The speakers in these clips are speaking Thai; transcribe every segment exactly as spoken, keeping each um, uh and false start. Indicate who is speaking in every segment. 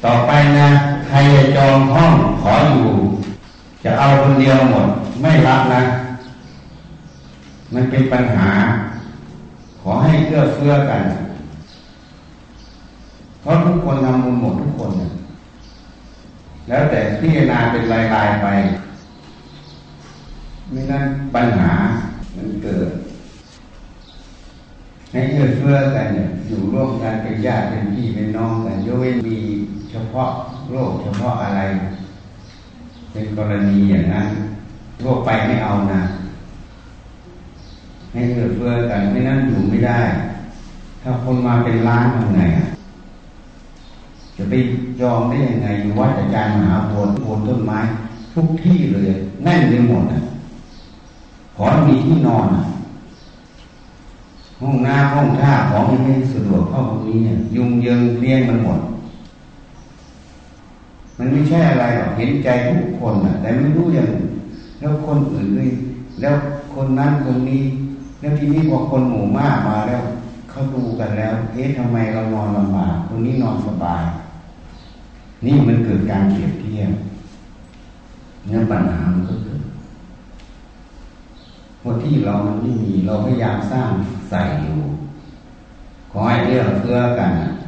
Speaker 1: ต่อไปนะใครจะจองห้องขออยู่จะเอาคนเดียวหมดไม่รับนะมันเป็นปัญหาขอให้เอื้อเฟื้อกันเพราะทุกคนทำบุญหมดทุกคนนะแล้วแต่พิจารณาเป็นรายๆไปไม่นั้นปัญหามันเกิดให้เอื้อเฟื้อกันเนี่ยอยู่ร่วมกันเป็นญาติเป็นพี่เป็นน้องกันยกเว้นมีเฉพาะโรคเฉพาะอะไรเป็นกรณีอย่างนั้นทั่วไปไม่เอานะให้เอื้อเฟื้อกันไม่นั้นอยู่ไม่ได้ถ้าคนมาเป็นล้านทำไงจะไปยอมได้ยังไงอยู่วัดอาจารย์มหาโพธิ์โพธิ์ต้นไม้ทุกที่เลยแน่นไปหมดอ่ะขอมีที่นอนห้องน้ำห้องท่าของยังไม่สะดวกเข้าตรงนี้เนี่ยยุงเยิงเลี้ยงมันหมดมันไม่ใช่อะไรหรอกเห็นใจทุกคนอ่ะแต่ไม่รู้อย่างแล้วคนอื่นด้วยแล้วคนนั้นคนนี้แล้วทีนี้พอคนหมู่มากมาแล้วเขาดูกันแล้วเอ๊ะทำไมเรานอนลำบากคนนี้นอนสบายนี่มันเกิดการเปรียบเทียบเนี่ยปัญหามันก็เกิดเพราะที่เรามันไม่มีเราพยายามสร้างใส่อยู่ขอให้เอื้อเฟื้อกัน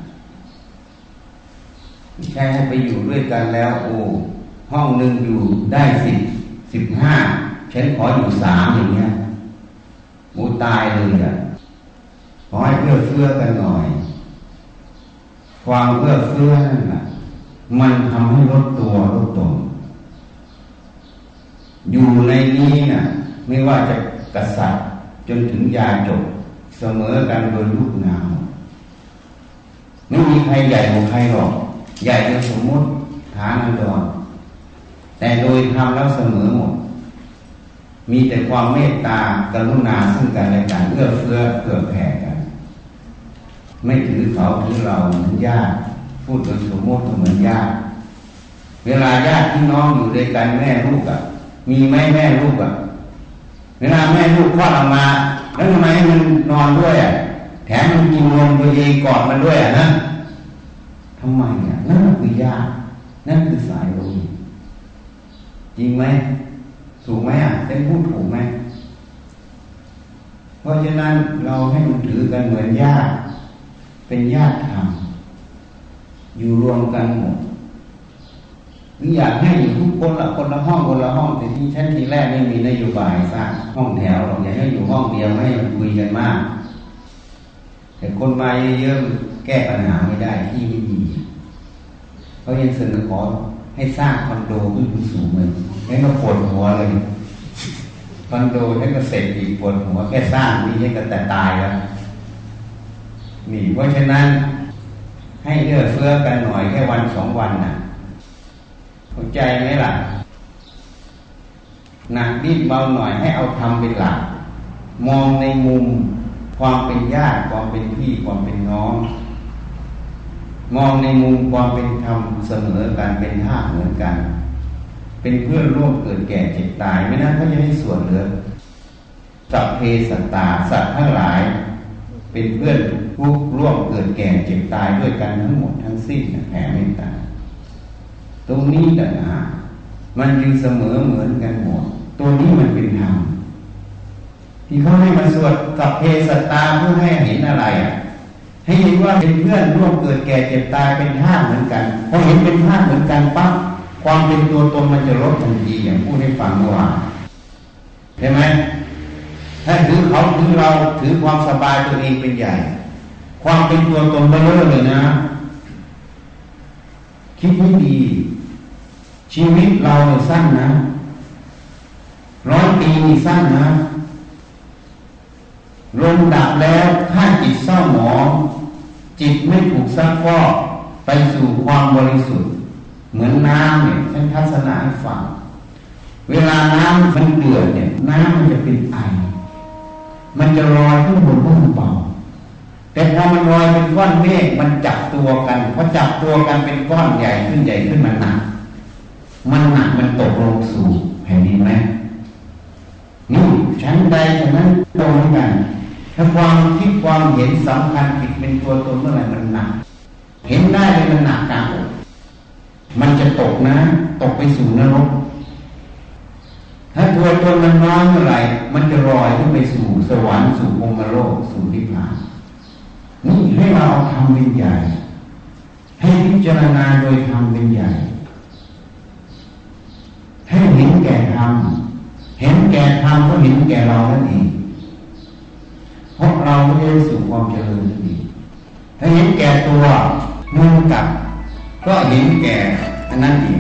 Speaker 1: ไม่ใช่ให้ไปอยู่ด้วยกันแล้วโอ้ห้องหนึ่งอยู่ได้สิบสิบห้าฉันขออยู่สามอย่างเงี้ยมูตายเลยอ่ะขอให้เอื้อเฟื้อกันหน่อยความเอื้อเฟื้อนั่นแหละมันทำให้ลดตัวลดตนอยู่ในนี้น่ะไม่ว่าจะกษัตริย์จนถึงยาจกเสมอกันโดยรูปนามไม่มีใครใหญ่กว่าใครหรอกใหญ่โดยสมมติฐานันดรแต่โดยธรรมแล้วเสมอหมดมีแต่ความเมตตากรุณาซึ่งกันและกันเอื้อเฟื้อเผื่อแผ่กันไม่ถือเขาถือเราเหมือนญาติพูดโดยสมมติเหมือนญาติเวลาญาติพี่น้องอยู่ด้วยกันแม่ลูกอ่ะมีไหมแม่ลูกอ่ะเวลาแม่ลูกคลอดออกมาแล้วทำไมให้มันนอนด้วยอ่ะแถมมันกินนมตัวเองกอดมันด้วยอ่ะนะทำไมอ่ะนั่นคือญาตินั่นคือสายโลหิตจริงไหมถูกไหมอ่ะเป็นพูดถูกไหมเพราะฉะนั้นเราให้มันถือกันเหมือนญาติเป็นญาติธรรมอยู่รวมกันหมดหรืออยากให้อยู่ทุกคนละคนละห้องคนละห้องแต่ที่ชั้นทีแรกไม่มีนโยบายสร้างห้องแถวหรอกอยากให้อยู่ห้องเดียวไม่ให้มันคุยกันมากแต่คนมาเยอะๆแก้ปัญหาไม่ได้ที่ไม่มีเขายังเสนอขอให้สร้างคอนโดขึ้นสูงเลยให้ก็ปวดหัวเลยคอนโดให้ก็เสร็จอีกปวดหัวแค่สร้างนี่ให้ก็แต่ตายแล้วนี่เพราะฉะนั้นให้เอื้อเฟื้อกันหน่อยแค่วันสองวันน่ะเข้าใจไหมล่ะหนักดิ้นเบาหน่อยให้เอาธรรมเป็นหลักมองในมุมความเป็นญาติความเป็นพี่ความเป็นน้องมองในมุมความเป็นธรรมเสมอกันเป็นธาตุเหมือนกันเป็นเพื่อนร่วมเกิดแก่เจ็บตายไม่นั้นเขาจะให้ส่วนเหลือสัพเพสัตตาสัตว์ทั้งหลายเป็นเพื่อนผู้ร่วมเกิดแก่เจ็บตายด้วยกันทั้งหมดทั้งสิ้นแผ่เมตตาตรงนี้ต่างหากมันจึงเสมอเหมือนกันหมดตัวนี้มันเป็นธรรมที่เขาให้มาสวดสัพเพสัตตาเพื่อให้เห็นอะไรอ่ะให้เห็นว่าเป็นเพื่อนร่วมเกิดแก่เจ็บตายเป็นธาตุเหมือนกันพอเห็นเป็นธาตุเหมือนกันปั๊บความเป็นตัวตนมันจะลดทันทีอย่างพูดให้ฟังเมื่อวานใช่ไหมถ้าถือเขาถือเราถือความสบายตัวเองเป็นใหญ่ความเป็นตัวตนเบลอเลยนะคิดให้ดีชีวิตเราเนี่ยสั้นนะร้อยปีนี่สั้นนะลมดับแล้วถ้าจิตเศร้าหมองจิตไม่ถูกซักฟอกไปสู่ความบริสุทธิ์เหมือนน้ำเนี่ยฉันทัศนะให้ฟังเวลาน้ำมันเดือดเนี่ยน้ำมันจะเป็นไอมันจะลอยขึ้นบนพื้นเบาแต่พอมันลอยเป็นก้อนเมฆมันจับตัวกันพอจับตัวกันเป็นก้อนใหญ่ขึ้นใหญ่ขึ้นมันหนักมันหนักมันตกลงสู่แผ่นดินไหมนี่ชั้นใดฉะนั้นตรงกันถ้าความคิดความเห็นสำคัญผิดเป็นตัวตนเมื่อไหร่มันหนักเห็นได้เลยมันหนักกลางอกมันจะตกนะตกไปสู่นรกถ้าตัวตนมันน้อยเมื่อไหร่มันจะลอยขึ้นไปสู่สวรรค์สู่พรหมโลกสู่นิพพานนี่ให้เราเอาธรรมเป็นใหญ่ให้พิจารณาโดยธรรมเป็นใหญ่ให้เห็นแก่ธรรมเห็นแก่ธรรมก็เห็นแก่เรานั่นเองเพราะเราไม่ได้สู่ความเจริญนั่นเองถ้าเห็นแก่ตัวมือกับก็เห็นแก่อันนั้นเอง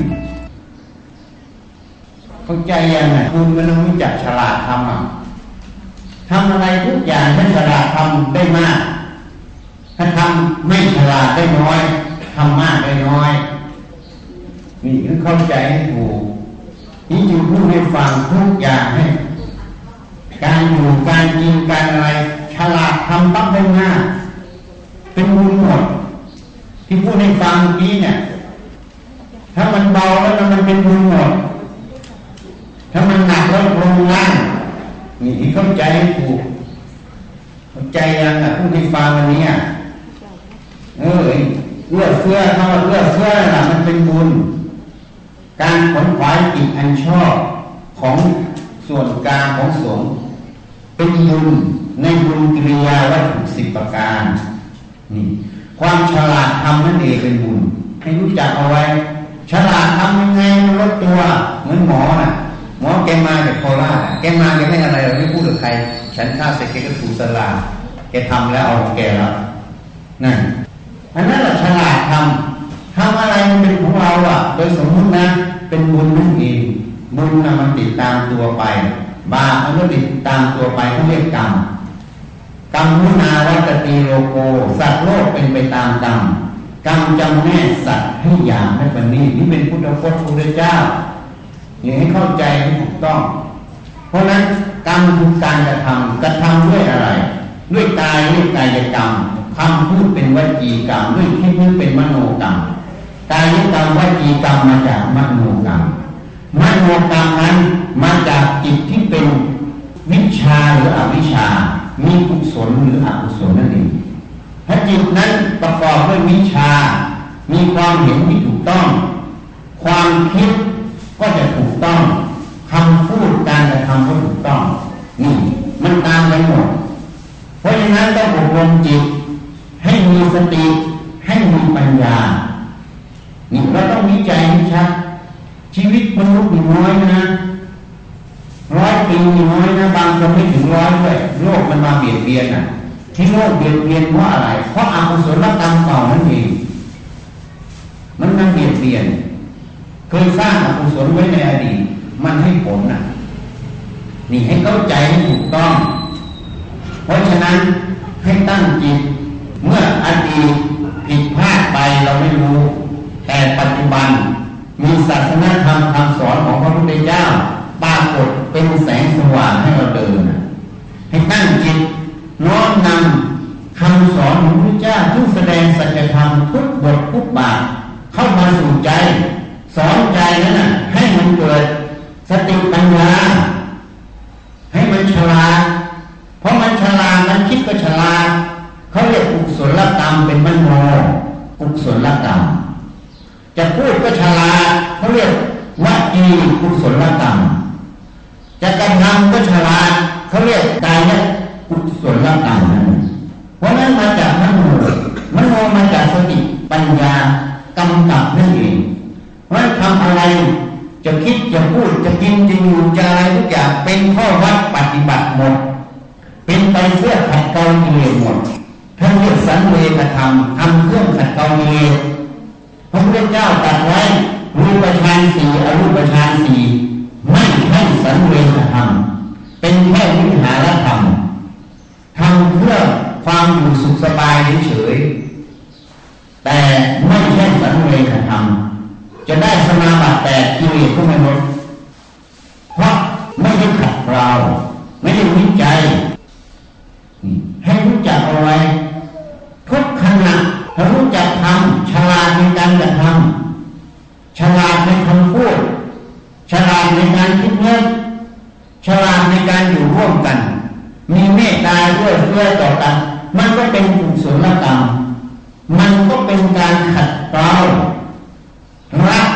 Speaker 1: เข้าใจยังไงคุณมันต้องรู้จักฉลาดทำอ่ะทำอะไรทุกอย่างถ้าฉลาดทำได้มากถ้าทำไม่ฉลาดได้น้อยทำมากได้น้อยนี่คือเข้าใจให้ถูกนี่จึงพูดให้ฟังทุกอย่างให้การอยู่การกินการอะไรฉลาดทำต้องได้มากเป็นบุญหมดที่พูดให้ฟังเมื่อกี้เนี่ยถ้ามันเบาแล้วมันเป็นบุญหมดถ้ามันหนักแล้วลงล่างนี่เข้าใจให้ถูกเข้าใจยังอ่ะพูดให้ฟังวันนี้อ่ะเออเอื้อเฟื้อคำว่าเอื้อเฟื้อน่ะมันเป็นบุญการขนขวายจิตอันชอบของส่วนกลางของสงฆ์เป็นบุญในบุญกิริยาวัตถุสิบประการนี่ความฉลาดทำนั่นเองเป็นบุญให้รู้จักเอาไว้ฉลาดทำยังไงมันลดตัวเหมือนหมอน่ะหมอแกมาจากโคราชแกมาแกไม่อะไรเราไม่พูดกับใครฉันข้าเสร็จแกก็ถูสลาแกทำแล้วเอาแกแล้วนั่นอันนั้นแหละฉลาดทำทำอะไรมันเป็นของเราอ่ะโดยสมมตินะเป็นบุญนั่นเองบุญนะมันติดตามตัวไปบาปมันก็ติดตามตัวไปเขาเรียกกรรมกรรมมุนาวัตติโลโกสัตว์โลกเป็นไปตามกรรมกรรมจำแนกสัตว์ให้อย่างให้ปณีนี่เป็นพุทธพจน์พระพุทธเจ้านี่ให้เข้าใจให้ถูกต้องเพราะนั้นกรรมคือการกระทำกระทำด้วยอะไรด้วยกายด้วยกายกรรมคำพูดเป็นวจีกรรมด้วยคิดนึกเป็นมโนกรรมกายกรรมวจีกรรมมาจากมโนกรรมมโนกรรมนั้นมาจากจิตที่เป็นวิชาหรืออวิชามีกุศลหรืออกุศลนั่นเองถ้าจิตนั้นประกอบด้วยวิชามีความเห็นที่ถูกต้องความคิดก็จะถูกต้องคำพูดการกระทำก็ถูกต้องนี่มันตามกันหมดเพราะฉะนั้นต้องอบรมจิตให้มีสติให้มีปัญญานี่เราต้องวิจัยให้ชัดชีวิตมนุษย์มีน้อยนะร้อยปีมีน้อยนะบางคนไม่ถึงร้อยด้วยโลกมันมาเบียดเบียนอ่ะที่โลกเบียดเบียนเพราะอะไรเพราะอกุศลกรรมเก่านั่นเองมันมาเบียดเบียนเคยสร้างอกุศลไว้ในอดีตมันให้ผลน่ะนี่ให้เข้าใจให้ถูกต้องเพราะฉะนั้นให้ตั้งจิตเมื่ออดีตผิดพลาดไปเราไม่รู้แต่ปัจจุบันมีศาสนาธรรมคำสอนของพระพุทธเจ้าปรากฏเป็นแสงสว่างให้เราเดินให้ตั้งจิตน้อมนำคำสอนของพระพุทธเจ้าที่แสดงสัจธรรมทุกบททุกบาทเข้ามาสู่ใจสอนใจนั้นน่ะให้มันเกิดสติปัญญาให้มันฉลาดเพราะมันฉลาดมันคิดก็ฉลาดเขาเรียกกุศลกรรมเป็นมโนกุศลกรรมจะพูดก็ฉลาดเขาเรียกวจีกุศลกรรมจะกระทำก็ฉลาดเขาเรียกกายกุศลกรรมนั่นเพราะนั้นมาจากมโนมโนมาจากสติปัญญากำกับนั่นเองว่าทำอะไรจะคิดจะพูดจะกินจะอยู่จะอะไรทุกอย่างเป็นข้อวัดปฏิบัติหมดเป็นไปเพื่อขัดเกลากิเลสหมดท่านเรียกสังเวชธรรมทำเครื่องขัดเกลากิเลสพระพุทธเจ้าตรัสไว้รูปฌานสี่อรูปฌานสี่ไม่ใช่สังเวชธรรมเป็นแค่วิหารธรรมทำเพื่อความอยู่สุขสบายเฉยๆแต่ไม่ใช่สังเวชธรรมจะได้สมาบัติแปดกิเลสก็ไม่ลดเพราะไม่ได้ขัดเกลาไม่ได้วิจัยให้รู้จักเอาไว้ทุกขณะรู้จักทำฉลาดในการกระทำฉลาดในคำพูดฉลาดในการคิดนึกฉลาดในการอยู่ร่วมกันมีเมตตาด้วยเพื่อต่อกันมันก็เป็นกุศลกรรมมันก็เป็นการขัดเกลารัก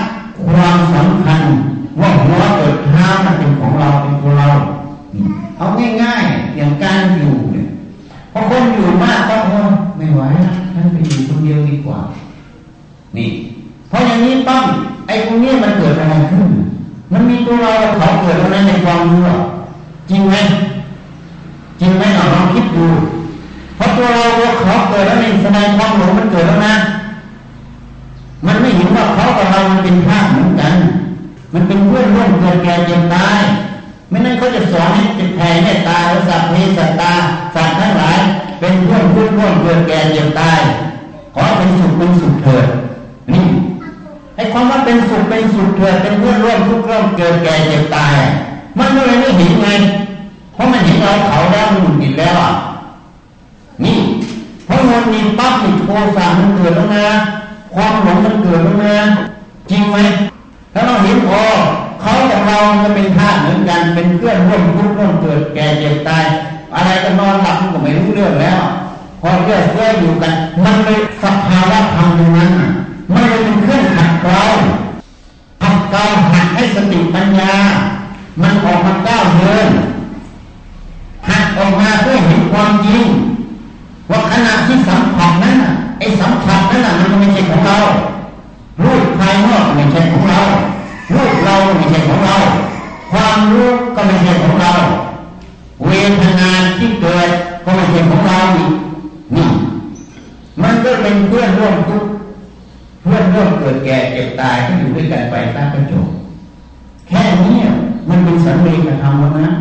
Speaker 1: นี่เพราะอย่างนี้ปั๊บไอ้ตรงนี้มันเกิดอะไรขึ้นมันมีตัวเราเขาเกิดอะไรในความรู้จริงไหมจริงไหมเราลองคิดดูเพราะตัวเราเขาเกิดแล้วในแสดงความหลงมันเกิดแล้วนะมันไม่เห็นว่าเขากับเรามันเป็นธาตุเหมือนกันมันเป็นเพื่อนร่วมเกิดแก่เจ็บตายไม่นั้นเขาจะสอนให้จิตแผ่เมตตาหรือสัพเพสัตตาสัตว์ทั้งหลายเป็นเพื่อนร่วมร่วมเกิดแก่เจ็บตายขอเป็นสุขเป็นสุขเถิดนี่ไอ้ความว่าเป็นสุขเป็นสุขเถิดเป็นเพื่อนร่วมทุกข์ร่วมเกิดแก่เจ็บตายมันก็เลยไม่เห็นไงเพราะมันเห็นเราเขาแล้วมันหมุนติดแล้วอ่ะนี่เพราะมันมีปั๊บมีโทสะมันเกิดแล้วนะความหลงมันเกิดแล้วนะจริงไหมถ้าเราเห็นพอเขากับเราจะเป็นธาตุเหมือนกันเป็นเพื่อนร่วมทุกข์ร่วมเกิดแก่เจ็บตายอะไรก็นอนหลับมันก็ไม่รู้เรื่องแล้วพอเรื่อยเรื่อยอยู่กันมันเลยสภาวะธรรมตรงนั้นมันเลยเป็นเครื่องขัดเกลาขัดเกลาหัดให้สติปัญญามันออกมาก้าวเดินหัดออกมาเพื่อเห็นความจริงว่าขณะที่สัมผัสนั้นไอ้สัมผัสนั้นมันไม่ใช่ของเรารูปภายนอกไม่ใช่ของเรารูปเราไม่ใช่ของเราความรู้ก็ไม่ใช่ของเราเวทนาที่เกิดก็ไม่ใช่ของเราอีกนี่มันก็เป็นเพื่อนร่วมทุกข์เพื่อนร่วมเกิดแก่เจ็บตายที่อยู่ด้วยกันไปตั้งกระจกแค่นี้มันเป็นสังเวชธรรมแล้วนะ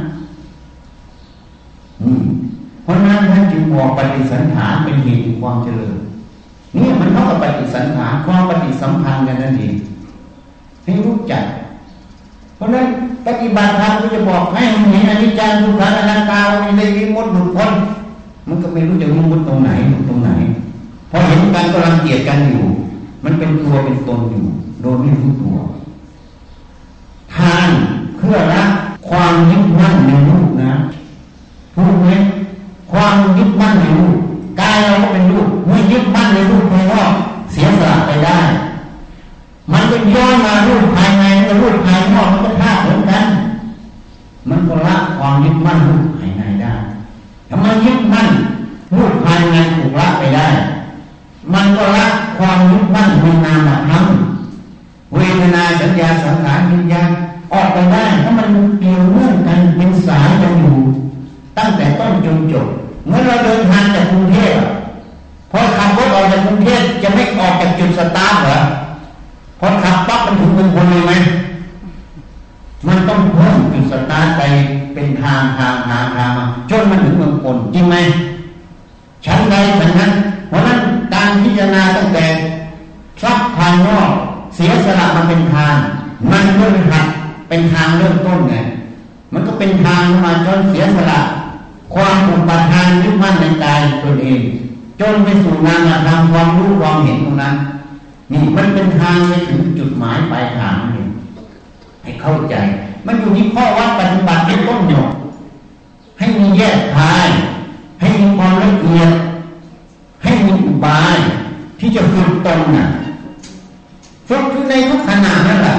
Speaker 1: อืมเพราะนั้นท่านจึงบอกปฏิสันถานเป็นเหตุแห่งความเจริญนี่มันเท่ากับปฏิสันถานความปฏิสัมพันธ์กันนั่นเองให้รู้จักเพราะนั้นปฏิบัติธรรมก็จะบอกให้เห็นอนิจจังทุกขังอนัตตาไม่ได้วิมุตติหลุดพ้นมันก็ไม่รู้จะวิมุตติตรงไหนหลุดตรงไหนพอเห็นกันก็รังเกียจกันอยู่มันเป็นตัวเป็นตนอยู่โดยไม่รู้ตัวทานเพื่อละความยึดมั่นในรูปนะถูกไหมความยึดมั่นในรูปกายเราก็เป็นรูปเมื่อยึดมั่นในรูปภายนอกเสียสละไปได้มันก็ย้อนมารูปภายในกับรูปภายนอกมันก็ธาตุเหมือนกันมันก็ละความยึดมั่นรูปภายในได้ถ้ามันยึดมั่นรูปภายในถูกละไปได้มันก็ละความยึดมั่นในนามธรรมเวทนาสัญญาสังขารวิญญาณออกไปได้เพราะมันเกี่ยวเนื่องกันเป็นสายกันอยู่ตั้งแต่ต้นจนจบเมื่อเราเดินทางจากกรุงเทพพอขับรถออกจากกรุงเทพจะไม่ออกจากจุดสตาร์ทเหรอพอขับปั๊บมันถึงเมืองพลเลยไหมมันต้องเพิ่มจุดสตาร์ทไปเป็นทางทางทางทางมาจนมันถึงเมืองพลจริงไหมชั้นใดชั้นนั้นเพราะนั้นการพิจารณาตั้งแต่ทรัพย์ภายนอกเสียสละมันเป็นทางมันเริ่มหัดเป็นทางเริ่มต้นไงมันก็เป็นทางมาจนเสียสละความอุปทานยึดมั่นในกายตนเองจนไปสู่นามธรรมความรู้ความเห็นตรงนั้นนี่มันเป็นทางไปถึงจุดหมายปลายทางนี่ให้เข้าใจมันอยู่ที่ข้อวัดปฏิบัติเป็นต้นหยดให้มีแยกทายให้มีความละเอียดให้มีอุบายที่จะฝึกตนน่ะฝึกอยู่ในทุกขณะนั่นแหละ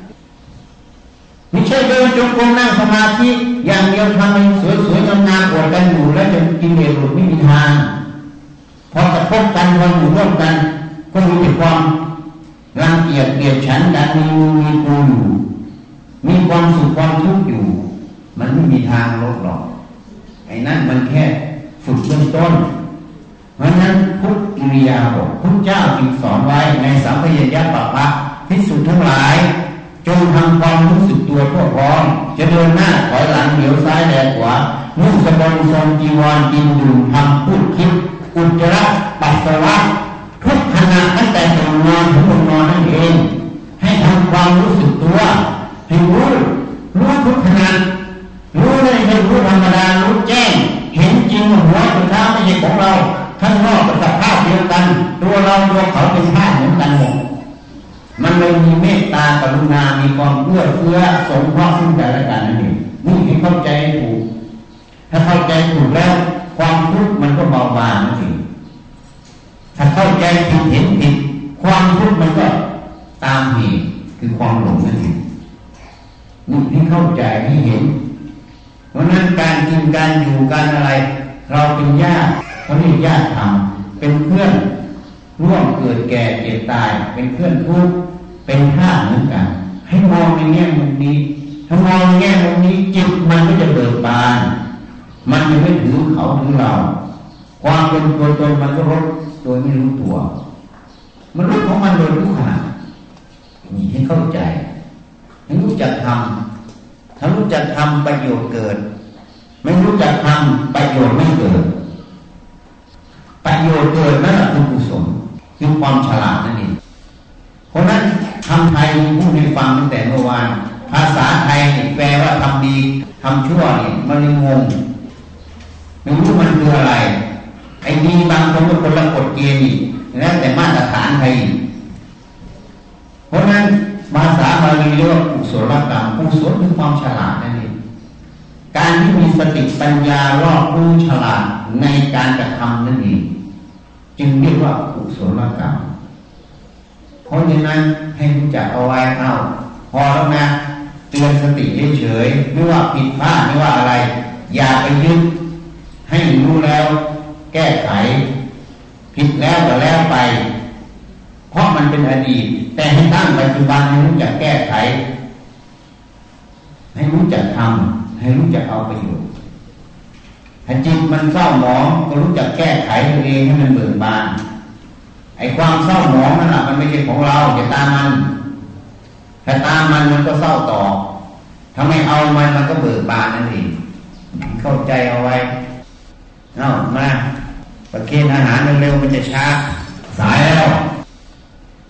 Speaker 1: ไม่ใช่เดินจงกรมนั่งสมาธิอย่างเดียวทำให้สวยๆงามๆอวดกันอยู่แล้วจะกินเหตุหลุดไม่มีทางพอกระทบกันพออยู่ร่วมกันก็มีแต่ความรังเกียจเกลียดฉันกันมีมูมีกูอยู่มีความสุขความทุกข์อยู่มันไม่มีทางลดหรอกไอ้นั่นมันแค่ฝึกเบื้องต้นเพราะนั้นพุทธกิริยาบทพุทธเจ้าจึงสอนไว้ในสัมภยญญปัปปะภิกษุทั้งหลายจงทำความรู้สึกตัวทั่วพร้อมจะเดินหน้าถอยหลังเหลียวซ้ายแลขวานุ่งสบงทรงจีวรกินดื่มทำพูดคิดอุจจาระปัสสาวะทุกขณะตั้งแต่ตื่นนอนถึงลงนอนนั่นเองให้ทำความรู้สึกตัวให้รู้รู้ทุกขณะรู้ได้ไม่รู้ธรรมดารู้แจ้งเห็นจริงหัวจุดเท้าไม่ใช่ของเราข้างนอกเป็นสภาพเดียวกันตัวเราตัวเขาเป็นธาตุเหมือนกันหมดมันเลยมีเมตตากรุณามีความเอื้อเฟื้อสงเคราะห์ซึ่งกันและกันนั่นเองนี่ให้เข้าใจถูกถ้าเข้าใจถูกแล้วความทุกข์มันก็เบาบางนั่นเองถ้าเข้าใจผิดเห็นผิดความทุกข์มันก็ตามเหตุคือความหลงนั่นเองนี่ให้เข้าใจให้เห็นเพราะนั้นการกินการอยู่การอะไรเราเป็นญาติเขาเรียกญาติธรรมเป็นเพื่อนร่วมเกิดแก่เจ็บตายเป็นเพื่อนทุกข์เป็นธาตุเหมือนกันให้มองในแง่มุมนี้ถ้ามองในแง่มุมนี้จิตมันก็จะเบิกบานมันจะไม่ถือเขาถือเราความเป็นตัวตนมันก็ลดโดยไม่รู้ตัวมันรู้ของมันโดยรู้ขณะนี่ให้เข้าใจให้รู้จักทำถ้ารู้จักทำประโยชน์เกิดไม่รู้จักทำประโยชน์ไม่เกิดประโยชน์เกิดนั่นแหละคือกุศลคือความฉลาดนั่นเองเพราะนั้นคำไทยพูดให้ฟังตั้งแต่เมื่อวานภาษาไทยแปลว่าทำดีทำชั่วนี่มันเลยงงไม่รู้มันคืออะไรไอ้ดีบางคนก็คนละกฎเกณฑ์อีกแล้วแต่มาตรฐานไทยเพราะนั้นภาษาบาลีเรียกว่ากุศลกรรมกุศลคือความฉลาดนั่นเองการที่มีสติปัญญารอบรู้ฉลาดในการกระทำนั่นเองจึงเรียกว่ากุศลกรรมเพราะฉะนั้นให้รู้จักเอาไว้เอาพอแล้วนะเตือนสติเฉยๆไม่ว่าผิดพลาดไม่ว่าอะไรอย่าไปยึดให้รู้แล้วแก้ไขผิดแล้วก็แล้วไปเพราะมันเป็นอดีตแต่ให้ตั้งปัจจุบันให้รู้จักแก้ไขให้รู้จักทำให้รู้จักเอาประโยชน์ถ้าจิตมันเศร้าหมองก็รู้จักแก้ไขตัวเองให้มันเบิกบานไอ้ความเศร้าหมองนั่นแหละมันไม่ใช่ของเราอย่าตามมันถ้าตามมันมันก็เศร้าต่อถ้าไม่เอามันมันก็เบิกบานนั่นเองเข้าใจเอาไว้เอามาประเคนอาหารเร็วๆมันจะช้าสาย